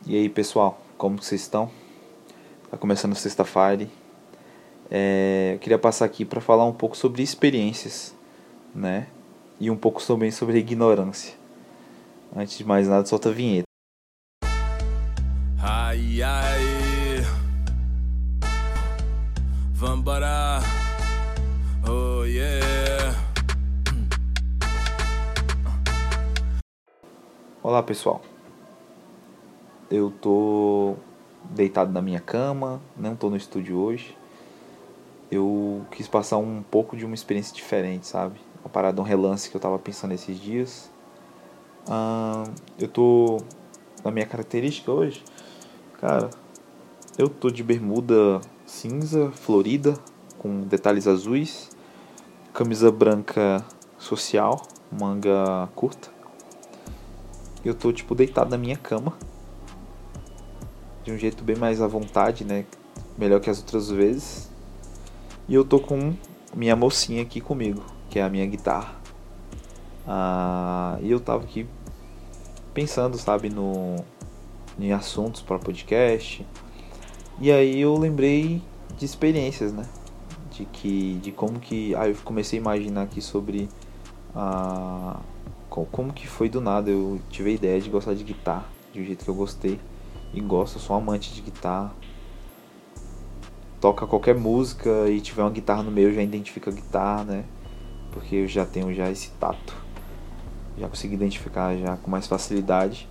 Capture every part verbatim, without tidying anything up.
E aí pessoal, como vocês estão? Tá começando sexta-feira. É, eu queria passar aqui para falar um pouco sobre experiências, né? E um pouco também sobre ignorância. Antes de mais nada, solta a vinheta. Ai, ai, vambora, oh yeah. Olá pessoal, eu tô deitado na minha cama, não tô no estúdio hoje. Eu quis passar um pouco de uma experiência diferente, sabe? Uma parada, um relance que eu tava pensando esses dias. Ah, eu tô na minha característica hoje, cara. Eu tô de bermuda cinza, florida, com detalhes azuis, camisa branca social, manga curta. Eu tô tipo deitado na minha cama, de um jeito bem mais à vontade, né? Melhor que as outras vezes. E eu tô com minha mocinha aqui comigo, que é a minha guitarra. Ah, e eu tava aqui pensando, sabe, no em assuntos para podcast. E aí eu lembrei de experiências, né? De que de como que aí eu comecei a imaginar aqui sobre a como que foi do nada eu tive a ideia de gostar de guitarra, de um jeito que eu gostei e gosto, eu sou um amante de guitarra. Toca qualquer música e tiver uma guitarra no meio, eu já identifico a guitarra, né? Porque eu já tenho já esse tato. Já consigo identificar já com mais facilidade.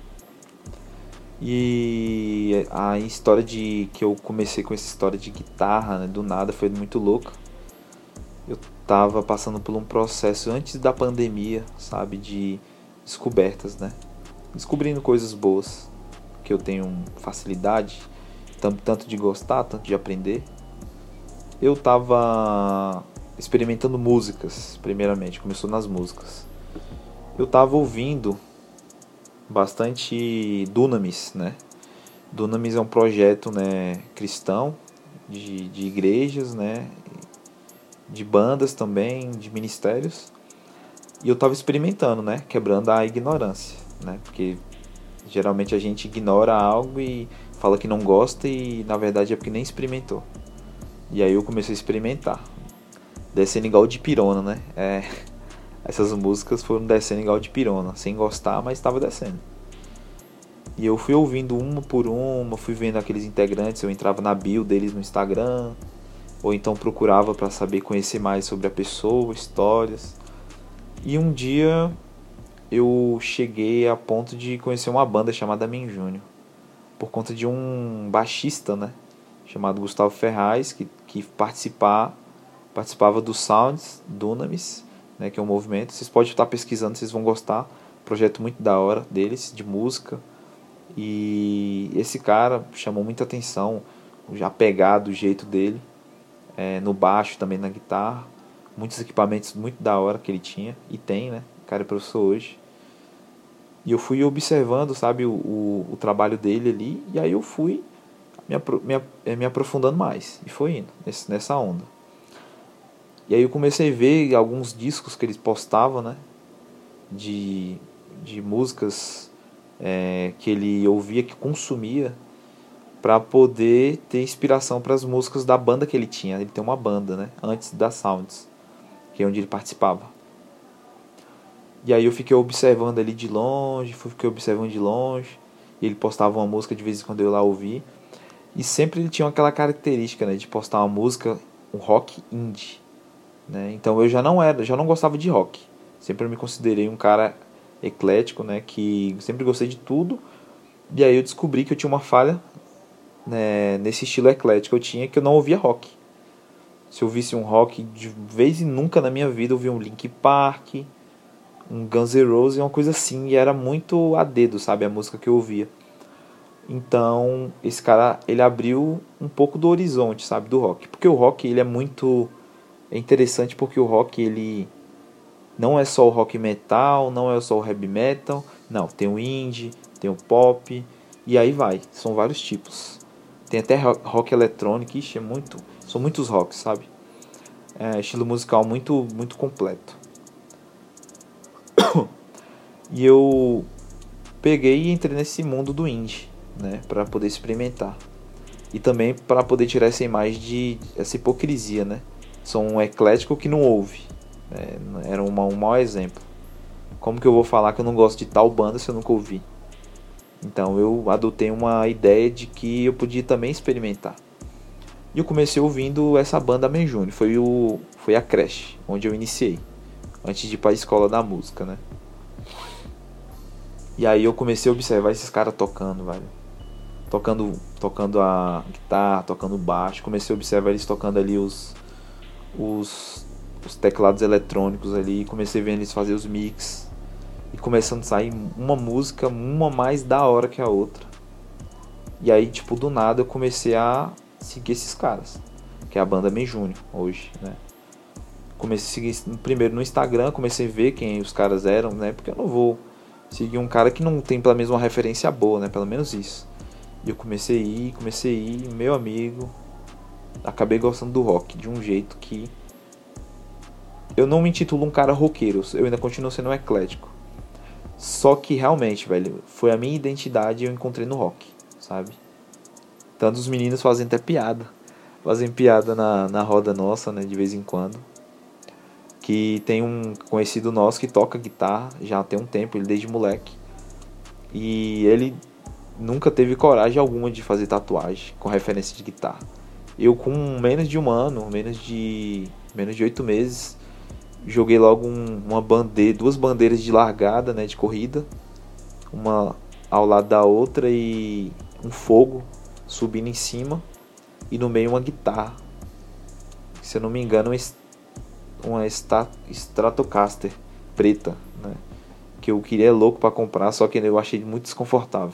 E a história de que eu comecei com essa história de guitarra, né, do nada, foi muito louca. Eu tava passando por um processo antes da pandemia, sabe, de descobertas, né? Descobrindo coisas boas, que eu tenho facilidade, tanto de gostar, tanto de aprender. Eu tava experimentando músicas, primeiramente, começou nas músicas. Eu tava ouvindo bastante Dunamis, né? Dunamis é um projeto, né, cristão, de, de igrejas, né, de bandas também, de ministérios. E eu tava experimentando, né, quebrando a ignorância, né, porque geralmente a gente ignora algo e fala que não gosta e na verdade é porque nem experimentou. E aí eu comecei a experimentar, descendo igual de pirona, né, é, essas músicas foram descendo igual de pirona, sem gostar, mas estava descendo. E eu fui ouvindo uma por uma, fui vendo aqueles integrantes, eu entrava na bio deles no Instagram, ou então procurava para saber conhecer mais sobre a pessoa, histórias. E um dia eu cheguei a ponto de conhecer uma banda chamada Min Júnior, por conta de um baixista, né, chamado Gustavo Ferraz, que, que participar, participava do Sounds Dunamis, né, que é um movimento. Vocês podem estar pesquisando, vocês vão gostar. Projeto muito da hora deles, de música. E esse cara chamou muita atenção, já pegado o jeito dele, é, no baixo, também na guitarra, muitos equipamentos muito da hora que ele tinha e tem, né? O cara é professor hoje. E eu fui observando, sabe, o, o, o trabalho dele ali, e aí eu fui me, apro- me, me aprofundando mais, e foi indo nesse, nessa onda. E aí eu comecei a ver alguns discos que eles postavam, né, de, de músicas é, que ele ouvia, que consumia, para poder ter inspiração para as músicas da banda que ele tinha. Ele tem uma banda, né, antes da Sounds, que é onde ele participava. E aí eu fiquei observando ali de longe, fiquei observando de longe, e ele postava uma música de vez em quando eu lá ouvi. E sempre ele tinha aquela característica, né, de postar uma música, um rock indie, né? Então eu já não era, já não gostava de rock. Sempre eu me considerei um cara eclético, né, que sempre gostei de tudo. E aí eu descobri que eu tinha uma falha, né, nesse estilo eclético. Eu tinha que eu não ouvia rock. Se eu visse um rock, de vez em nunca na minha vida eu vi um Linkin Park, um Guns N' Roses, uma coisa assim, e era muito a dedo, sabe, a música que eu ouvia. Então, esse cara, ele abriu um pouco do horizonte, sabe, do rock. Porque o rock, ele é muito... É interessante porque o rock, ele não é só o rock metal, não é só o heavy metal. Não, tem o indie, tem o pop, e aí vai. São vários tipos. Tem até rock eletrônico, ixi, é muito... São muitos rocks, sabe? É estilo musical muito, muito completo. E eu peguei e entrei nesse mundo do indie. né, para poder experimentar. E também para poder tirar essa imagem de essa hipocrisia, né? Sou um eclético que não ouve. Né? Era uma, um mau exemplo. Como que eu vou falar que eu não gosto de tal banda se eu nunca ouvi? Então eu adotei uma ideia de que eu podia também experimentar. E eu comecei ouvindo essa banda Amen Júnior. Foi, o, foi a creche, onde eu iniciei. Antes de ir para a escola da música, né? E aí eu comecei a observar esses caras tocando, velho. Tocando, tocando a guitarra, tocando baixo. Comecei a observar eles tocando ali os, os, os teclados eletrônicos ali. Comecei a ver eles fazer os mix. E começando a sair uma música, uma mais da hora que a outra. E aí, tipo, do nada eu comecei a seguir esses caras. Que é a banda Amen Júnior, hoje, né? Comecei a seguir primeiro no Instagram, comecei a ver quem os caras eram, né? Porque eu não vou seguir um cara que não tem pelo menos uma referência boa, né? Pelo menos isso. E eu comecei a ir, comecei a ir, meu amigo, acabei gostando do rock de um jeito que eu não me intitulo um cara roqueiro, eu ainda continuo sendo um eclético. Só que realmente, velho, foi a minha identidade e eu encontrei no rock, sabe? Tanto os meninos fazem até piada, fazem piada na, na roda nossa, né, de vez em quando. Que tem um conhecido nosso que toca guitarra já tem um tempo, ele desde moleque. E ele nunca teve coragem alguma de fazer tatuagem com referência de guitarra. Eu com menos de um ano, menos de menos de oito meses, joguei logo um, uma bandeira, duas bandeiras de largada, né, de corrida, uma ao lado da outra e um fogo subindo em cima e no meio uma guitarra. Se eu não me engano, uma Stratocaster preta, né, que eu queria louco para comprar, só que eu achei muito desconfortável.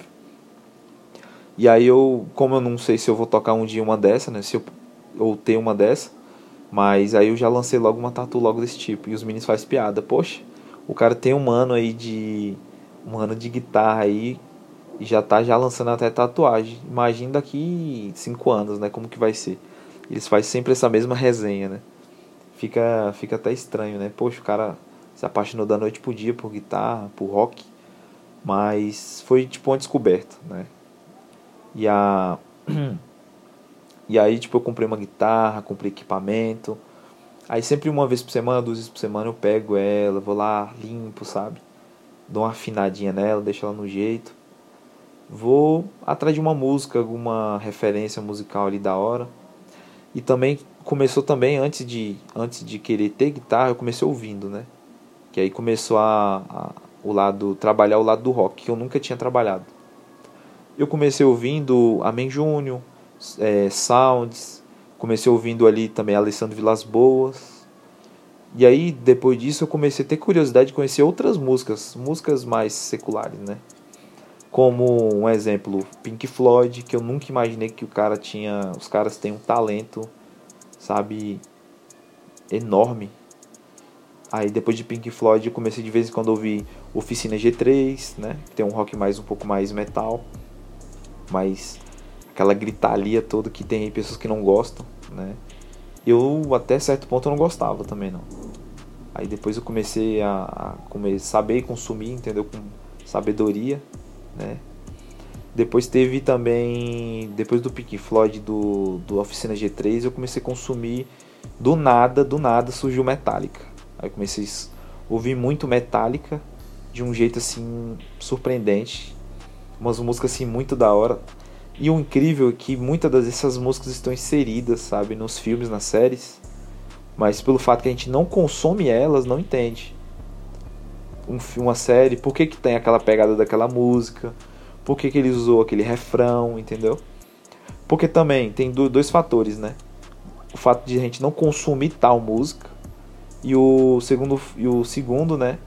E aí eu, como eu não sei se eu vou tocar um dia uma dessa, né, se eu ou ter uma dessa, mas aí eu já lancei logo uma tatu logo desse tipo. E os meninos fazem piada, poxa, o cara tem um ano aí de um ano de guitarra aí e já tá já lançando até tatuagem. Imagina daqui cinco anos, né, como que vai ser. Eles fazem sempre essa mesma resenha, né. Fica, fica até estranho, né, poxa, o cara se apaixonou da noite pro dia por guitarra, por rock, mas foi tipo uma descoberta, né. E a e aí tipo eu comprei uma guitarra, comprei equipamento. Aí sempre uma vez por semana, duas vezes por semana eu pego ela, vou lá, limpo, sabe? Dou uma afinadinha nela, deixo ela no jeito. Vou atrás de uma música, alguma referência musical ali da hora. E também começou também antes de antes de querer ter guitarra, eu comecei ouvindo, né? Que aí começou a, a o lado trabalhar o lado do rock que eu nunca tinha trabalhado. Eu comecei ouvindo Amen Júnior, é, Sounds, comecei ouvindo ali também Alessandro Vilas Boas. E aí, depois disso, eu comecei a ter curiosidade de conhecer outras músicas, músicas mais seculares, né? Como um exemplo, Pink Floyd, que eu nunca imaginei que o cara tinha, os caras têm um talento, sabe, enorme. Aí depois de Pink Floyd eu comecei de vez em quando a ouvir Oficina G três, né? Que tem um rock mais um pouco mais metal. Mas aquela gritaria toda que tem pessoas que não gostam, né? Eu até certo ponto eu não gostava também não. Aí depois eu comecei a, a comer, saber consumir, entendeu? Com sabedoria, né? Depois teve também, depois do Pink Floyd, do, do Oficina G três, eu comecei a consumir do nada, do nada surgiu Metallica. Aí eu comecei a ouvir muito Metallica de um jeito assim surpreendente. Umas músicas assim muito da hora. E o incrível é que muitas dessas músicas estão inseridas, sabe, nos filmes, nas séries. Mas pelo fato que a gente não consome elas, não entende. Um, uma série, por que que tem aquela pegada daquela música? Por que que ele usou aquele refrão, entendeu? Porque também tem dois fatores, né? O fato de a gente não consumir tal música. E o segundo, e o segundo, né?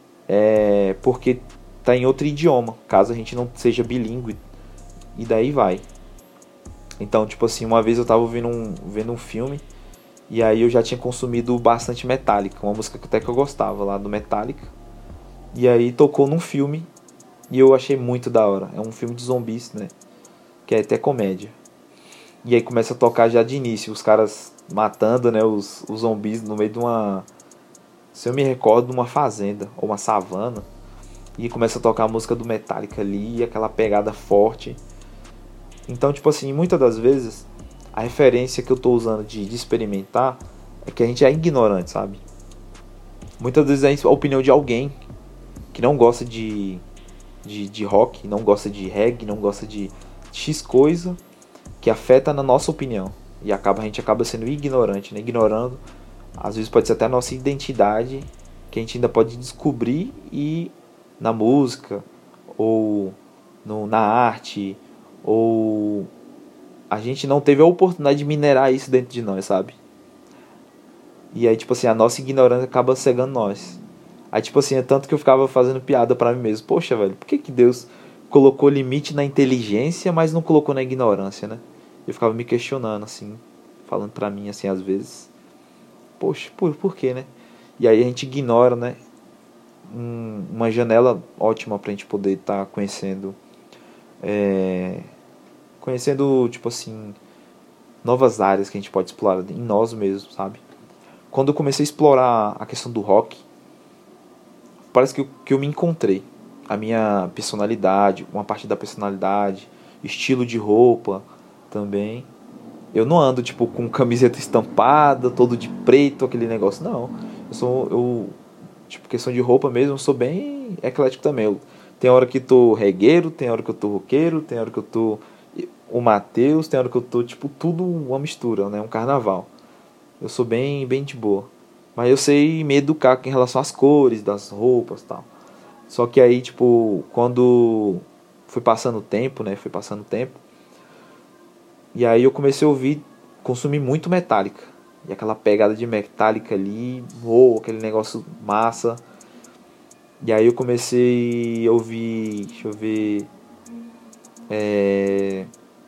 É porque tá em outro idioma, caso a gente não seja bilíngue, e daí vai. Então, tipo assim, uma vez eu tava vendo um, vendo um filme, e aí eu já tinha consumido bastante Metallica, uma música que até que eu gostava lá do Metallica, e aí tocou num filme, e eu achei muito da hora. É um filme de zumbis, né, que é até comédia. E aí começa a tocar já de início, os caras matando, né, os, os zumbis no meio de uma, se eu me recordo, de uma fazenda, ou uma savana. E começa a tocar a música do Metallica ali, aquela pegada forte. Então, tipo assim, muitas das vezes, a referência que eu tô usando de, de experimentar é que a gente é ignorante, sabe? Muitas vezes é a opinião de alguém que não gosta de, de, de rock, não gosta de reggae, não gosta de X coisa, que afeta na nossa opinião. E acaba, a gente acaba sendo ignorante, né? Ignorando, às vezes pode ser até a nossa identidade, que a gente ainda pode descobrir e na música, ou no, na arte, ou a gente não teve a oportunidade de minerar isso dentro de nós, sabe? E aí, tipo assim, a nossa ignorância acaba cegando nós. Aí, tipo assim, é tanto que eu ficava fazendo piada pra mim mesmo. Poxa, velho, por que que Deus colocou limite na inteligência, mas não colocou na ignorância, né? Eu ficava me questionando, assim, falando pra mim, assim, às vezes. Poxa, por, por quê, né? E aí a gente ignora, né? Um, uma janela ótima pra gente poder estar tá conhecendo... É, conhecendo, tipo assim, novas áreas que a gente pode explorar em nós mesmos, sabe? Quando eu comecei a explorar a questão do rock, parece que eu, que eu me encontrei. A minha personalidade, uma parte da personalidade, estilo de roupa também. Eu não ando tipo com camiseta estampada, todo de preto, aquele negócio, não. Eu sou, eu, tipo, questão de roupa mesmo, eu sou bem eclético também. Eu, tem hora que tô regueiro, tem hora que eu tô roqueiro, tem hora que eu tô o Matheus, tem hora que eu tô, tipo, tudo uma mistura, né? Um carnaval. Eu sou bem, bem de boa. Mas eu sei me educar em relação às cores das roupas e tal. Só que aí, tipo, quando foi passando o tempo, né? Foi passando o tempo. E aí eu comecei a ouvir, consumir muito Metallica. E aquela pegada de Metallica ali, uou, aquele negócio massa. E aí eu comecei a ouvir, deixa eu ver... É...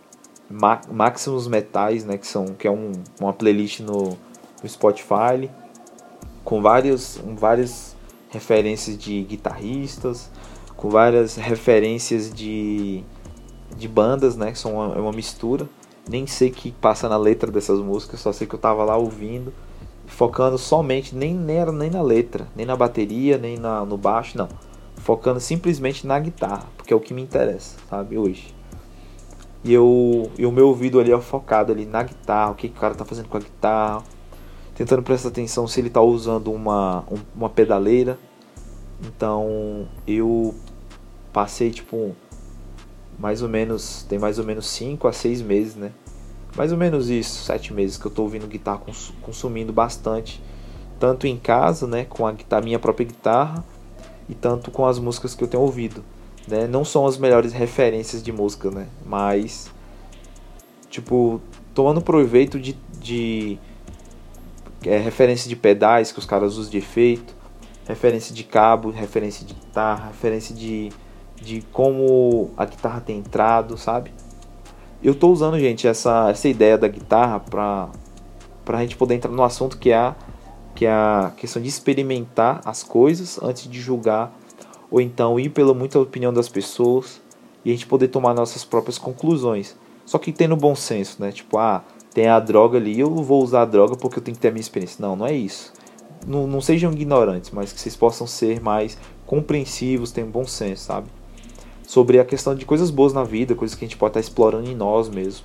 Maximus Metais, né, que, são, que é um, uma playlist no, no Spotify com várias, várias referências de guitarristas, com várias referências de, de bandas, né, que são uma, uma mistura. Nem sei o que passa na letra dessas músicas, só sei que eu tava lá ouvindo, focando somente, nem, nem era nem na letra, nem na bateria, nem na, no baixo, não. Focando simplesmente na guitarra, porque é o que me interessa, sabe, hoje. E, eu, e o meu ouvido ali é focado ali na guitarra, o que, que o cara tá fazendo com a guitarra, tentando prestar atenção se ele tá usando uma, um, uma pedaleira. Então eu passei tipo mais ou menos, tem mais ou menos cinco a seis meses, né? Mais ou menos isso, sete meses que eu tô ouvindo guitarra, cons, consumindo bastante, tanto em casa, né, com a guitarra, minha própria guitarra, e tanto com as músicas que eu tenho ouvido. Né? Não são as melhores referências de música, né? Mas, tipo, tomando proveito de, de é, referência de pedais que os caras usam de efeito, referência de cabo, referência de guitarra, referência de, de como a guitarra tem entrado, sabe? Eu tô usando, gente, essa, essa ideia da guitarra pra, pra gente poder entrar no assunto que é, a, que é a questão de experimentar as coisas antes de julgar, ou então ir pela muita opinião das pessoas e a gente poder tomar nossas próprias conclusões. Só que tendo bom senso, né? Tipo, ah, tem a droga ali, eu vou usar a droga porque eu tenho que ter a minha experiência. Não, não é isso. Não, não sejam ignorantes, mas que vocês possam ser mais compreensivos, tenham bom senso, sabe? Sobre a questão de coisas boas na vida, coisas que a gente pode estar explorando em nós mesmos.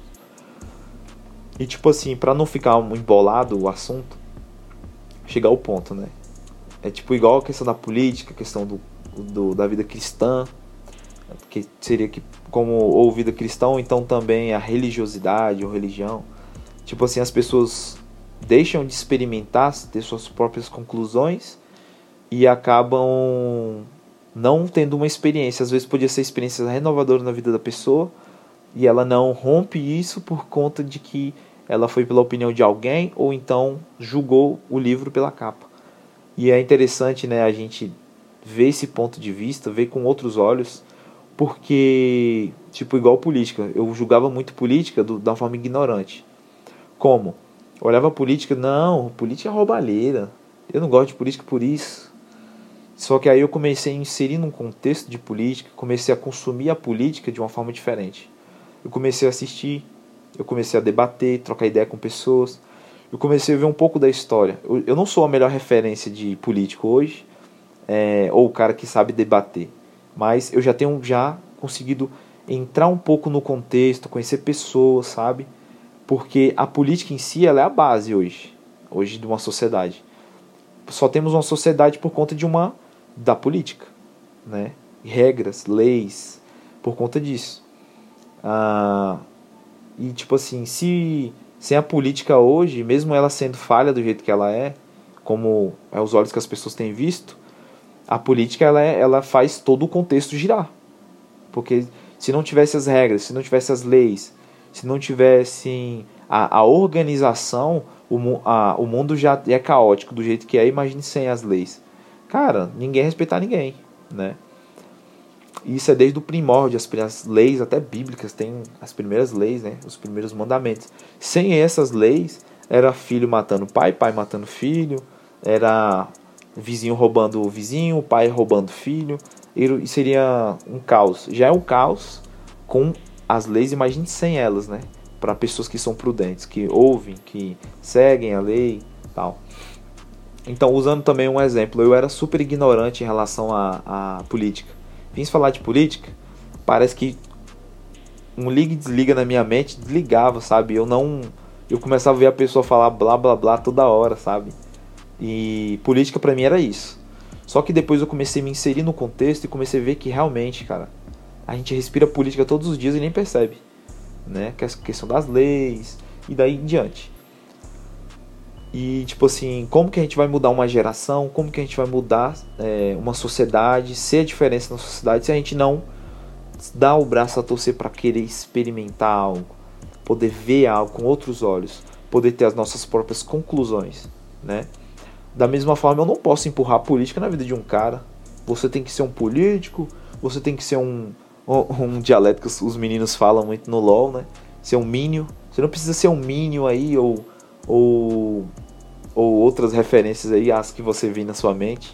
E tipo assim, pra não ficar embolado o assunto, chegar ao ponto, né? É tipo igual a questão da política, a questão do Do, da vida cristã, que seria que como ou vida cristã, ou então também a religiosidade ou religião. Tipo assim, as pessoas deixam de experimentar, ter suas próprias conclusões e acabam não tendo uma experiência. Às vezes podia ser experiência renovadora na vida da pessoa e ela não rompe isso por conta de que ela foi pela opinião de alguém ou então julgou o livro pela capa. E é interessante, né, a gente ver esse ponto de vista, ver com outros olhos, porque, tipo, igual política, eu julgava muito política do, da forma ignorante. Como? Eu olhava a política, não, política é roubalheira, eu não gosto de política por isso. Só que aí eu comecei a inserir num contexto de política, comecei a consumir a política de uma forma diferente. Eu comecei a assistir, eu comecei a debater, trocar ideia com pessoas, eu comecei a ver um pouco da história. Eu, eu não sou a melhor referência de político hoje, É, ou o cara que sabe debater, mas eu já tenho já conseguido entrar um pouco no contexto, conhecer pessoas, sabe? Porque a política em si, ela é a base hoje, hoje de uma sociedade. Só temos uma sociedade por conta de uma da política, né? Regras, leis, por conta disso. Ah, e tipo assim, se sem a política hoje, mesmo ela sendo falha do jeito que ela é, como é os olhos que as pessoas têm visto, a política ela, é, ela faz todo o contexto girar. Porque se não tivesse as regras, se não tivesse as leis, se não tivesse a, a organização, o, a, o mundo já é caótico do jeito que é, imagine sem as leis. Cara, ninguém respeitar ninguém, né? Isso é desde o primórdio, as, as leis até bíblicas, tem as primeiras leis, né? Os primeiros mandamentos. Sem essas leis, era filho matando pai, pai matando filho, era vizinho roubando o vizinho, pai roubando filho, e seria um caos. Já é um caos com as leis, imagine sem elas, né? Para pessoas que são prudentes, que ouvem, que seguem a lei e tal. Então, usando também um exemplo, eu era super ignorante em relação à, à política. Vim falar de política, parece que um liga e desliga na minha mente, desligava, sabe? Eu não, eu começava a ver a pessoa falar blá blá blá toda hora, sabe? E política pra mim era isso. Só que depois eu comecei a me inserir no contexto e comecei a ver que realmente, cara, a gente respira política todos os dias e nem percebe, né? Que é a questão das leis e daí em diante. E tipo assim, como que a gente vai mudar uma geração, como que a gente vai mudar é, uma sociedade, ser a diferença na sociedade se a gente não dá o braço a torcer para querer experimentar algo, poder ver algo com outros olhos, poder ter as nossas próprias conclusões, né? Da mesma forma, eu não posso empurrar a política na vida de um cara. Você tem que ser um político, você tem que ser um, um, um dialeto que os, os meninos falam muito no LOL, né? Ser um mínio. Você não precisa ser um mínio aí, ou, ou, ou outras referências aí, as que você viu na sua mente.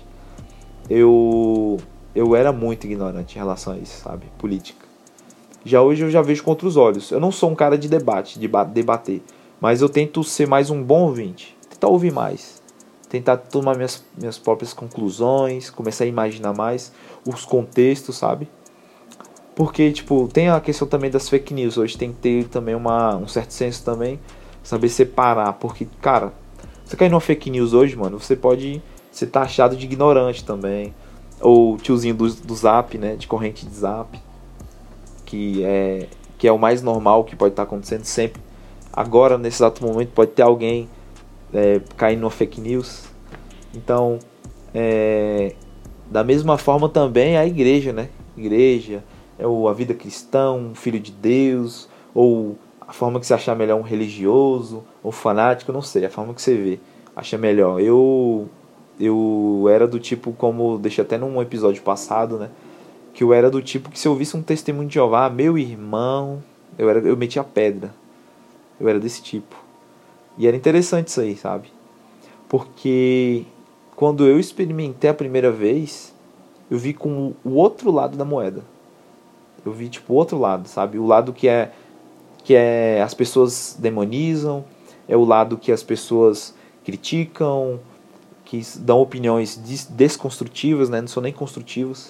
Eu, eu era muito ignorante em relação a isso, sabe? Política. Já hoje eu já vejo com outros olhos. Eu não sou um cara de debate, de debater, mas eu tento ser mais um bom ouvinte. Tentar ouvir mais. Tentar tomar minhas, minhas próprias conclusões, começar a imaginar mais os contextos, sabe? Porque, tipo, tem a questão também das fake news. Hoje tem que ter também uma, um certo senso também, saber separar. Porque, cara, você cair numa fake news hoje, mano, você pode ser taxado de ignorante também. Ou tiozinho do, do zap, né, de corrente de zap. Que é, que é o mais normal que pode estar acontecendo sempre. Agora, nesse exato momento, pode ter alguém É, cair numa fake news. Então, é, da mesma forma também a igreja, né? Igreja, é o, a vida cristã, um filho de Deus, ou a forma que você achar melhor, um religioso, ou fanático, não sei, a forma que você vê, acha melhor. Eu, eu era do tipo, como deixei até num episódio passado, né? Que eu era do tipo que se eu visse um testemunho de Jeová, meu irmão, eu, era, eu metia pedra. Eu era desse tipo. E era interessante isso aí, sabe? Porque quando eu experimentei a primeira vez, eu vi com o outro lado da moeda. Eu vi tipo o outro lado, sabe? O lado que é que é as pessoas demonizam, é o lado que as pessoas criticam, que dão opiniões desconstrutivas, né? Não são nem construtivas.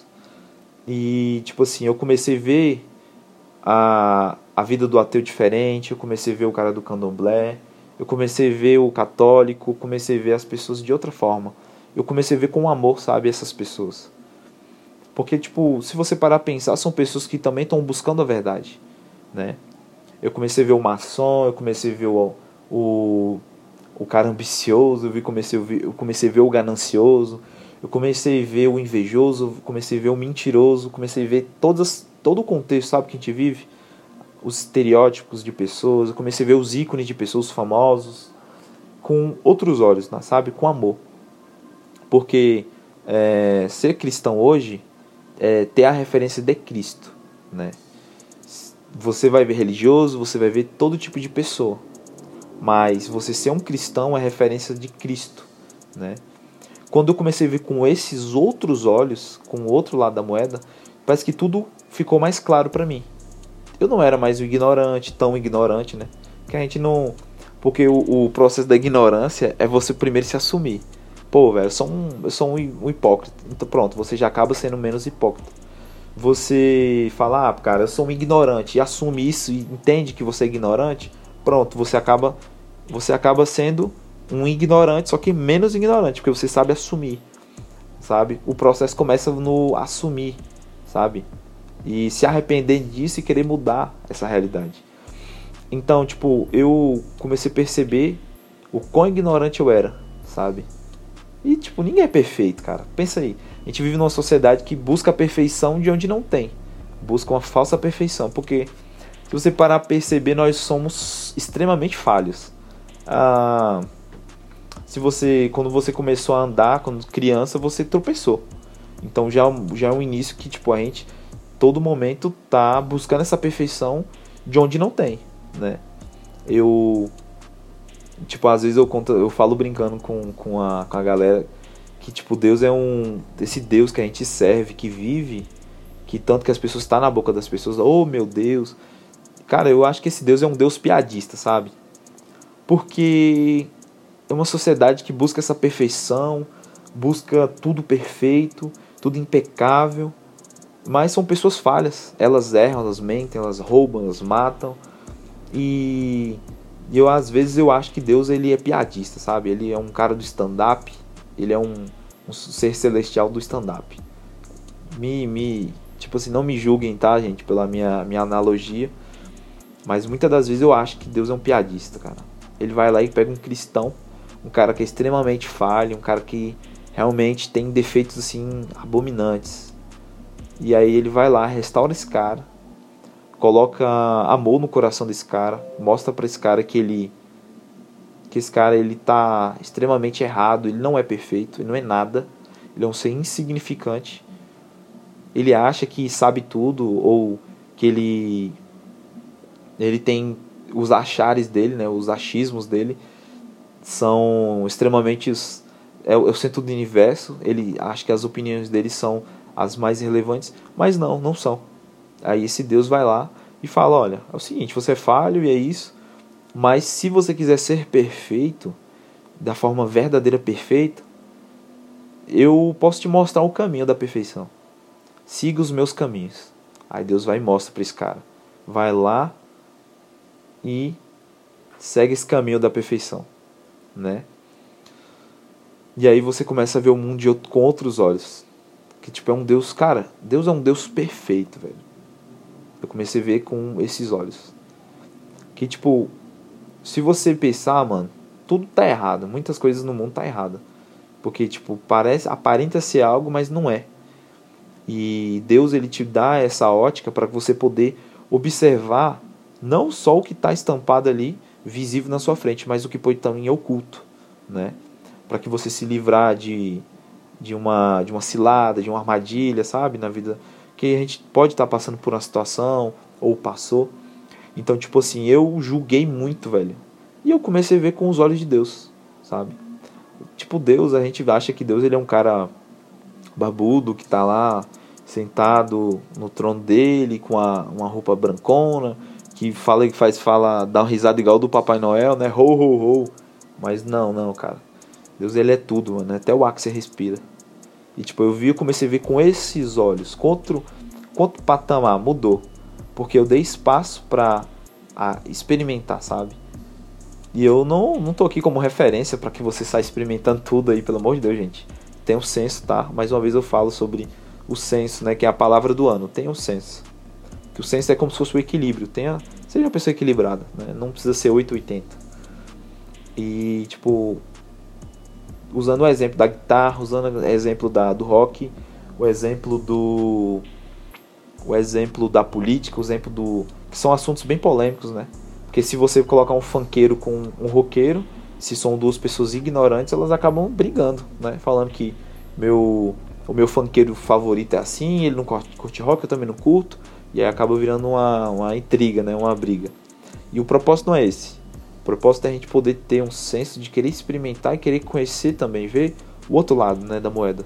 E tipo assim, eu comecei a ver a a vida do ateu diferente, eu comecei a ver o cara do candomblé. Eu comecei a ver o católico, comecei a ver as pessoas de outra forma. Eu comecei a ver com amor, sabe, essas pessoas. Porque, tipo, se você parar a pensar, são pessoas que também estão buscando a verdade, né? Eu comecei a ver o maçom, eu comecei a ver o, o, o cara ambicioso, eu, vi, comecei a ver, eu comecei a ver o ganancioso, eu comecei a ver o invejoso, eu comecei a ver o mentiroso, comecei a ver todas, todo o contexto, sabe, que a gente vive. Os estereótipos de pessoas, eu comecei a ver os ícones de pessoas famosas com outros olhos, sabe? Com amor. Porque é, ser cristão hoje é ter a referência de Cristo, né? Você vai ver religioso, você vai ver todo tipo de pessoa, mas você ser um cristão é referência de Cristo, né? Quando eu comecei a ver com esses outros olhos, com o outro lado da moeda, parece que tudo ficou mais claro para mim. Eu não era mais um ignorante, tão ignorante, né? Que a gente não... Porque o, o processo da ignorância é você primeiro se assumir. Pô, velho, eu sou um, eu sou um, um hipócrita. Então pronto, você já acaba sendo menos hipócrita. você fala, ah, cara, eu sou um ignorante, e assume isso e entende que você é ignorante, pronto, você acaba, você acaba sendo um ignorante, só que menos ignorante, porque você sabe assumir, sabe? O processo começa no assumir, sabe? E se arrepender disso e querer mudar essa realidade. Então, tipo, eu comecei a perceber o quão ignorante eu era, sabe? E, tipo, ninguém é perfeito, cara. Pensa aí. A gente vive numa sociedade que busca a perfeição de onde não tem. Busca uma falsa perfeição. Porque, se você parar a perceber, nós somos extremamente falhos. Ah, se você, quando você começou a andar, quando criança, você tropeçou. Então, já, já é um início que, tipo, a gente, todo momento, tá buscando essa perfeição de onde não tem, né? Eu... Tipo, às vezes eu conto, eu falo brincando com, com, a, com a galera que, tipo, Deus é um... Esse Deus que a gente serve, que vive, que tanto que as pessoas estão na boca das pessoas, oh meu Deus. Cara, eu acho que esse Deus é um Deus piadista, sabe? Porque é uma sociedade que busca essa perfeição, busca tudo perfeito, tudo impecável, mas são pessoas falhas. Elas erram, elas mentem, elas roubam, elas matam. E... E eu, às vezes, eu acho que Deus, ele é piadista, sabe? Ele é um cara do stand-up. Ele é um, um ser celestial do stand-up. Me, me, tipo assim, não me julguem, tá, gente? Pela minha, minha analogia. Mas muitas das vezes eu acho que Deus é um piadista, cara. Ele vai lá e pega um cristão. Um cara que é extremamente falho. Um cara que realmente tem defeitos, assim, abominantes. E aí ele vai lá, restaura esse cara. Coloca amor no coração desse cara, mostra para esse cara que ele que esse cara ele tá extremamente errado, ele não é perfeito, ele não é nada, ele é um ser insignificante. Ele acha que sabe tudo ou que ele ele tem os achares dele, né, os achismos dele são extremamente é o centro do universo. Ele acha que as opiniões dele são as mais relevantes, mas não, não são. Aí esse Deus vai lá e fala, olha, é o seguinte, você é falho e é isso, mas se você quiser ser perfeito, da forma verdadeira perfeita, eu posso te mostrar o caminho da perfeição. Siga os meus caminhos. Aí Deus vai e mostra para esse cara. Vai lá e segue esse caminho da perfeição, né? E aí você começa a ver o mundo de outro, com outros olhos. Que tipo, é um Deus, cara, Deus é um Deus perfeito, velho. Eu comecei a ver com esses olhos. Que tipo, se você pensar, mano, tudo tá errado. Muitas coisas no mundo tá errada. Porque tipo, parece, aparenta ser algo, mas não é. E Deus, ele te dá essa ótica para você poder observar não só o que está estampado ali, visível na sua frente, mas o que pode estar em oculto, né? Para que você se livrar de, de, uma, de uma cilada, de uma armadilha, sabe? Na vida que a gente pode estar passando por uma situação, ou passou. Então, tipo assim, eu julguei muito, velho. E eu comecei a ver com os olhos de Deus, sabe? Tipo, Deus, a gente acha que Deus, ele é um cara barbudo, que tá lá, sentado no trono dele, com a, uma roupa brancona, que fala, que faz, fala, dá uma risada igual do Papai Noel, né? Ho, ho, ho. Mas não, não, cara. Deus, ele é tudo, mano. Até o ar que você respira. E tipo, eu vi, eu comecei a ver com esses olhos. Quanto, quanto patamar mudou. Porque eu dei espaço pra a experimentar, sabe? E eu não, não tô aqui como referência pra que você saia experimentando tudo aí, pelo amor de Deus, gente. Tem um senso, tá? Mais uma vez eu falo sobre o senso, né? Que é a palavra do ano. Tem um senso. Que o senso é como se fosse o equilíbrio. Tenha, seja uma pessoa equilibrada, né? Não precisa ser oito ou oitenta. E tipo, usando o exemplo da guitarra, usando o exemplo da, do rock, o exemplo do o exemplo da política, o exemplo do que são assuntos bem polêmicos, né? Porque se você colocar um funkeiro com um roqueiro, se são duas pessoas ignorantes, elas acabam brigando, né? Falando que meu o meu funkeiro favorito é assim, ele não curte, curte rock, eu também não curto, e aí acaba virando uma, uma intriga, né? Uma briga. E o propósito não é esse. O propósito é a gente poder ter um senso de querer experimentar e querer conhecer também, ver o outro lado, né, da moeda.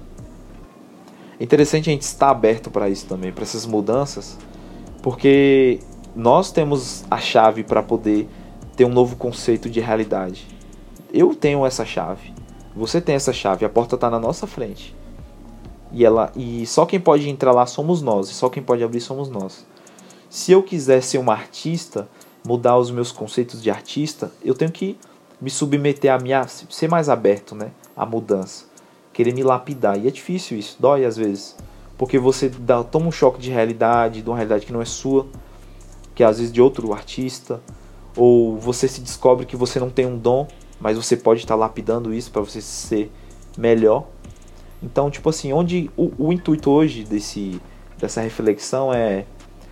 É interessante a gente estar aberto para isso também, para essas mudanças, porque nós temos a chave para poder ter um novo conceito de realidade. Eu tenho essa chave, você tem essa chave, a porta está na nossa frente. E, ela, e só quem pode entrar lá somos nós, e só quem pode abrir somos nós. Se eu quiser ser uma artista, mudar os meus conceitos de artista, eu tenho que me submeter a minha, ser mais aberto, né, à mudança, querer me lapidar. E é difícil isso, dói às vezes, porque você dá, toma um choque de realidade, de uma realidade que não é sua, que é às vezes de outro artista, ou você se descobre que você não tem um dom, mas você pode estar lapidando isso para você ser melhor. Então, tipo assim, onde o, o intuito hoje desse, dessa reflexão é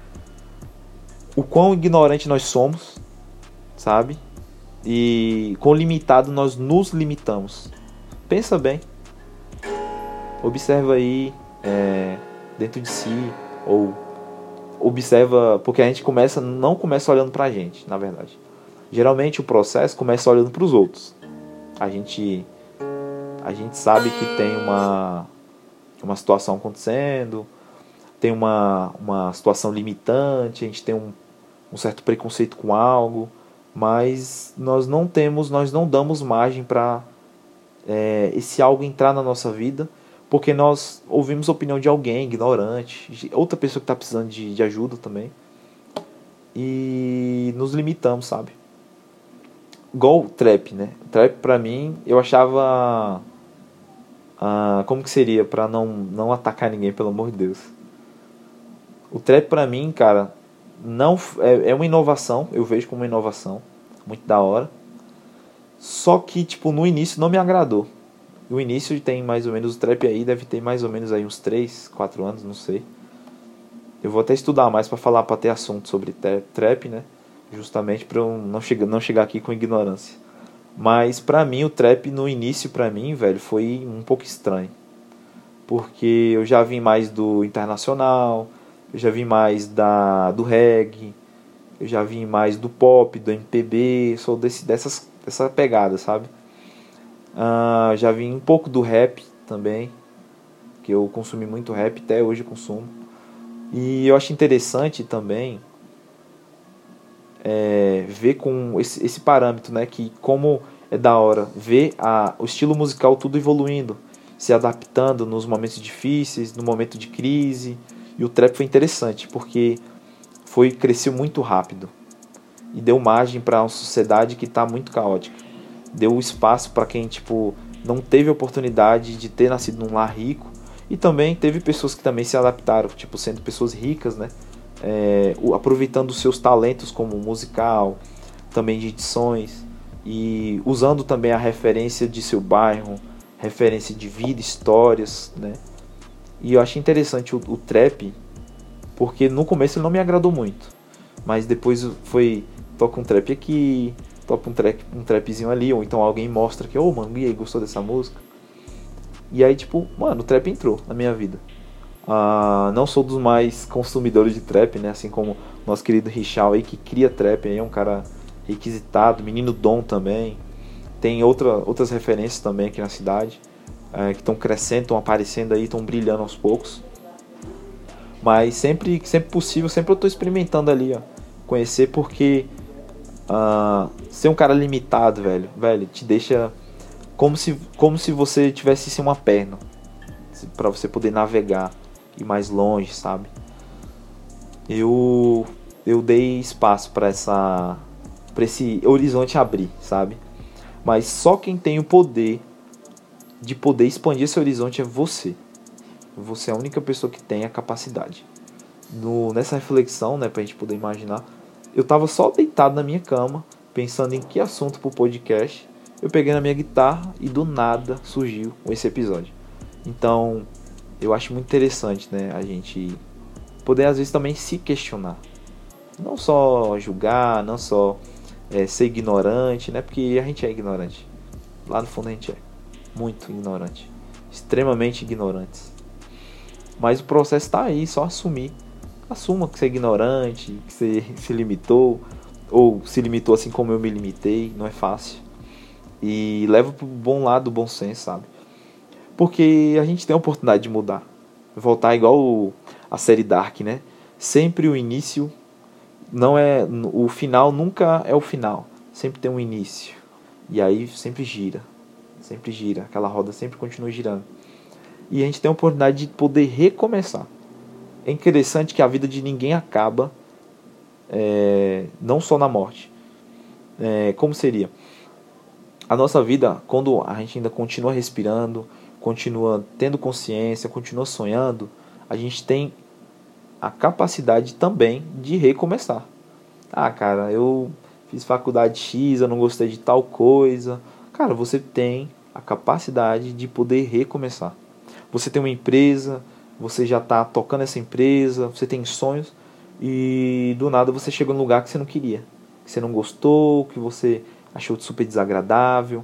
o quão ignorante nós somos, sabe? E quão limitado nós nos limitamos. Pensa bem. Observa aí é, dentro de si, ou observa, porque a gente começa, não começa olhando pra gente, na verdade. Geralmente o processo começa olhando pros outros. A gente a gente sabe que tem uma uma situação acontecendo, tem uma, uma situação limitante, a gente tem um, um certo preconceito com algo, mas nós não temos, nós não damos margem para é, esse algo entrar na nossa vida, porque nós ouvimos a opinião de alguém ignorante, de outra pessoa que está precisando de, de ajuda também, e nos limitamos, sabe? Igual o trap, né? O trap pra mim, eu achava... Ah, como que seria pra não, não atacar ninguém, pelo amor de Deus? O trap pra mim, cara, não, é, é uma inovação, eu vejo como uma inovação, muito da hora. Só que, tipo, no início não me agradou. O início tem mais ou menos, o trap aí deve ter mais ou menos aí uns três, quatro anos, não sei. Eu vou até estudar mais pra falar, pra ter assunto sobre trap, né? Justamente pra eu não chegar, não chegar aqui com ignorância. Mas pra mim o trap no início pra mim, velho, foi um pouco estranho. Porque eu já vim mais do internacional, eu já vim mais da, do reggae, eu já vim mais do pop, do M P B, sou desse, dessas, dessa pegada, sabe? Uh, já vim um pouco do rap também, que eu consumi muito rap, até hoje eu consumo. E eu acho interessante também é, ver com esse, esse parâmetro, né, que como é da hora ver a, o estilo musical tudo evoluindo, se adaptando nos momentos difíceis, no momento de crise. E o trap foi interessante porque foi, cresceu muito rápido e deu margem para uma sociedade que está muito caótica. Deu espaço para quem tipo não teve a oportunidade de ter nascido num lar rico, e também teve pessoas que também se adaptaram, tipo sendo pessoas ricas, né? É, aproveitando os seus talentos como musical, também de edições, e usando também a referência de seu bairro, referência de vida, histórias, né? E eu achei interessante o, o trap, porque no começo ele não me agradou muito, mas depois foi, toca um trap aqui, toca um, trap, um trapzinho ali, ou então alguém mostra que, ô oh, mano, e aí, gostou dessa música? E aí tipo, mano, o trap entrou na minha vida. Uh, não sou dos mais consumidores de trap, né? Assim como nosso querido Richal aí, que cria trap, aí é um cara requisitado, Menino Dom também. Tem outra, outras referências também aqui na cidade, uh, que estão crescendo, estão aparecendo aí, estão brilhando aos poucos. Mas sempre, sempre possível, sempre eu estou experimentando ali, ó, conhecer, porque uh, ser um cara limitado, velho, velho, te deixa como se, como se você tivesse sem uma perna, para você poder navegar ir mais longe, sabe? Eu eu dei espaço para essa para esse horizonte abrir, sabe? Mas só quem tem o poder de poder expandir esse horizonte é você. Você é a única pessoa que tem a capacidade. No, nessa reflexão, né, pra gente poder imaginar, eu tava só deitado na minha cama, pensando em que assunto pro podcast. Eu peguei na minha guitarra e do nada surgiu esse episódio. Então, eu acho muito interessante, né, a gente poder às vezes também se questionar. Não só julgar, não só é, ser ignorante, né, porque a gente é ignorante. Lá no fundo a gente é muito ignorante. Extremamente ignorantes. Mas o processo está aí, só assumir. Assuma que você é ignorante, que você se limitou, ou se limitou assim como eu me limitei, não é fácil. E leva pro bom lado do bom senso, sabe? Porque a gente tem a oportunidade de mudar. Voltar igual o, a série Dark, né? Sempre o início não é... O final nunca é o final. Sempre tem um início. E aí sempre gira. Sempre gira. Aquela roda sempre continua girando. e a gente tem a oportunidade de poder recomeçar. É interessante que a vida de ninguém acaba, é, não só na morte. É, como seria? A nossa vida, quando a gente ainda continua respirando, continua tendo consciência, continua sonhando, a gente tem a capacidade também de recomeçar. Ah, cara, eu fiz faculdade X, eu não gostei de tal coisa. Cara, você tem a capacidade de poder recomeçar. Você tem uma empresa, você já está tocando essa empresa, você tem sonhos e do nada você chegou num lugar que você não queria, que você não gostou, que você achou super desagradável,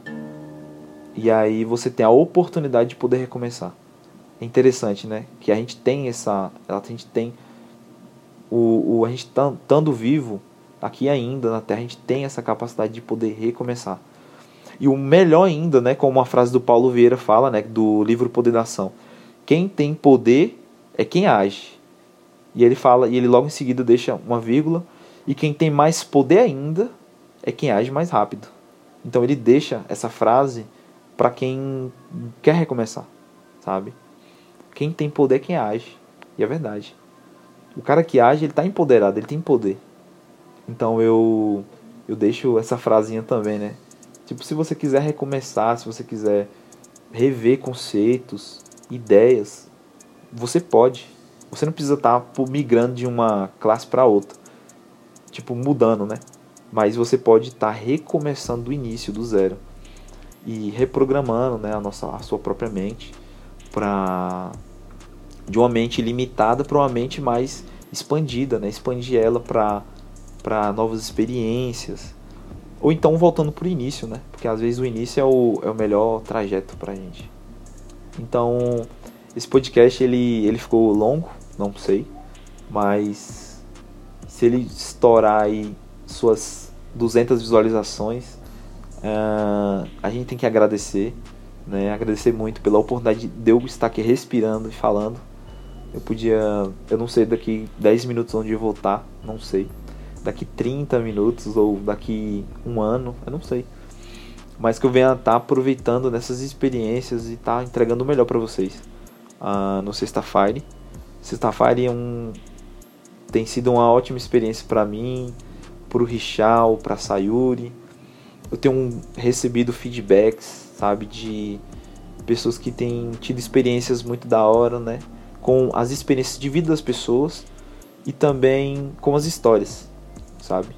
e aí você tem a oportunidade de poder recomeçar. É interessante, né? Que a gente tem essa, a gente tem o, o a gente estando vivo aqui ainda na Terra, a gente tem essa capacidade de poder recomeçar. E o melhor ainda, né, como a frase do Paulo Vieira fala, né, do livro Poder da Ação, quem tem poder é quem age. E ele fala, e ele logo em seguida deixa uma vírgula, e quem tem mais poder ainda é quem age mais rápido. Então ele deixa essa frase para quem quer recomeçar, sabe? Quem tem poder é quem age. E é verdade. O cara que age, ele está empoderado, ele tem poder. Então eu eu deixo essa frasinha também, né? Tipo, se você quiser recomeçar, se você quiser rever conceitos, ideias, você pode. Você não precisa estar migrando de uma classe para outra. Tipo, mudando, né? Mas você pode estar recomeçando do início, do zero. E reprogramando, né, a, nossa, a sua própria mente para de uma mente limitada para uma mente mais expandida, né? Expandir ela para para novas experiências. Ou então voltando para o início, né? Porque às vezes o início é o, é o melhor trajeto para a gente. Então, esse podcast ele, ele ficou longo, não sei. Mas se ele estourar aí suas duzentas visualizações, uh, a gente tem que agradecer, né? Agradecer muito pela oportunidade de eu estar aqui respirando e falando. Eu podia, eu não sei daqui dez minutos onde eu vou estar, não sei. Daqui trinta minutos ou daqui um ano, eu não sei. Mas que eu venha estar aproveitando dessas experiências e estar entregando o melhor para vocês uh, no Sexta-feira. Sexta-feira é um, tem sido uma ótima experiência para mim, para o Richal, para a Sayuri. Eu tenho um, recebido feedbacks, sabe, de pessoas que têm tido experiências muito da hora, né? Com as experiências de vida das pessoas e também com as histórias, sabe?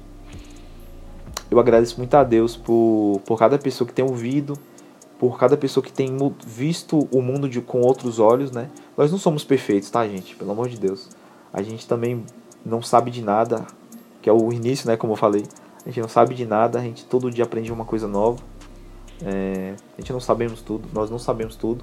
Eu agradeço muito a Deus por, por cada pessoa que tem ouvido, por cada pessoa que tem visto o mundo de, com outros olhos, né? Nós não somos perfeitos, tá, gente? Pelo amor de Deus. A gente também não sabe de nada, que é o início, né? Como eu falei. A gente não sabe de nada, a gente todo dia aprende uma coisa nova. É, a gente não sabemos tudo, nós não sabemos tudo.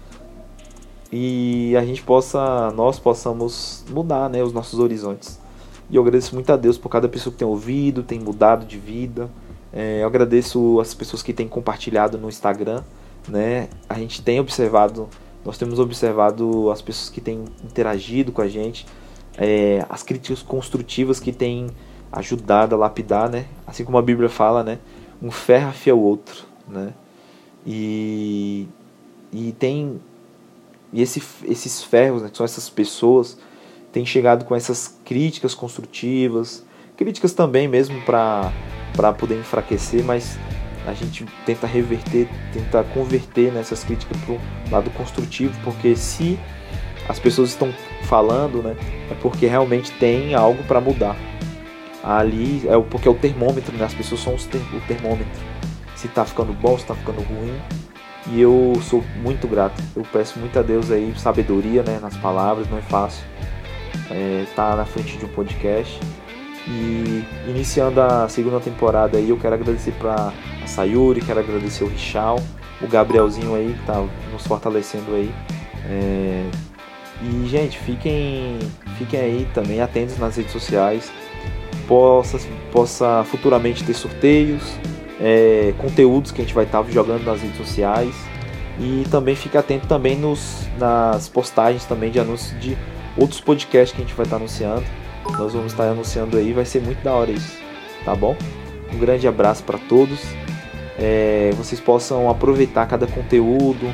E a gente possa, nós possamos mudar, né, os nossos horizontes. E eu agradeço muito a Deus por cada pessoa que tem ouvido, tem mudado de vida. É, eu agradeço as pessoas que têm compartilhado no Instagram, né? A gente tem observado, nós temos observado as pessoas que têm interagido com a gente, é, as críticas construtivas que têm ajudado a lapidar, né? Assim como a Bíblia fala, né? Um ferro afia o outro, né? E, e tem e esse, esses ferros, né, que são essas pessoas, têm chegado com essas críticas construtivas, críticas também mesmo para para poder enfraquecer, mas a gente tenta reverter, tenta converter nessas críticas para o lado construtivo, porque se as pessoas estão falando, né, é porque realmente tem algo para mudar. Ali é porque é o termômetro, né? As pessoas são os ter, o termômetro. Se tá ficando bom, se tá ficando ruim. E eu sou muito grato. Eu peço muito a Deus aí sabedoria, né, nas palavras. Não é fácil é, tá na frente de um podcast. E iniciando a segunda temporada aí, eu quero agradecer para a Sayuri, quero agradecer o Richal, o Gabrielzinho aí que tá nos fortalecendo aí. É, e gente, fiquem, fiquem aí também atentos nas redes sociais. Possa, possa futuramente ter sorteios, é, conteúdos que a gente vai estar jogando nas redes sociais, e também fique atento também nos, nas postagens também de anúncios de outros podcasts que a gente vai estar anunciando. Nós vamos estar anunciando aí, vai ser muito da hora isso, tá bom? Um grande abraço para todos, é, vocês possam aproveitar cada conteúdo,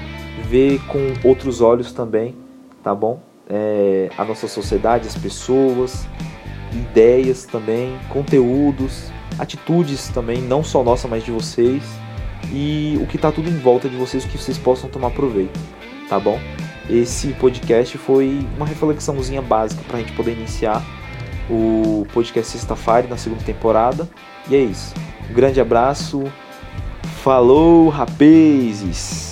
ver com outros olhos também, tá bom? É, a nossa sociedade, as pessoas, ideias também, conteúdos, atitudes também, não só nossa, mas de vocês, e o que está tudo em volta de vocês, o que vocês possam tomar proveito, tá bom? Esse podcast foi uma reflexãozinha básica para a gente poder iniciar o podcast Sexta-feira na segunda temporada, e é isso. Um grande abraço, falou, rapazes!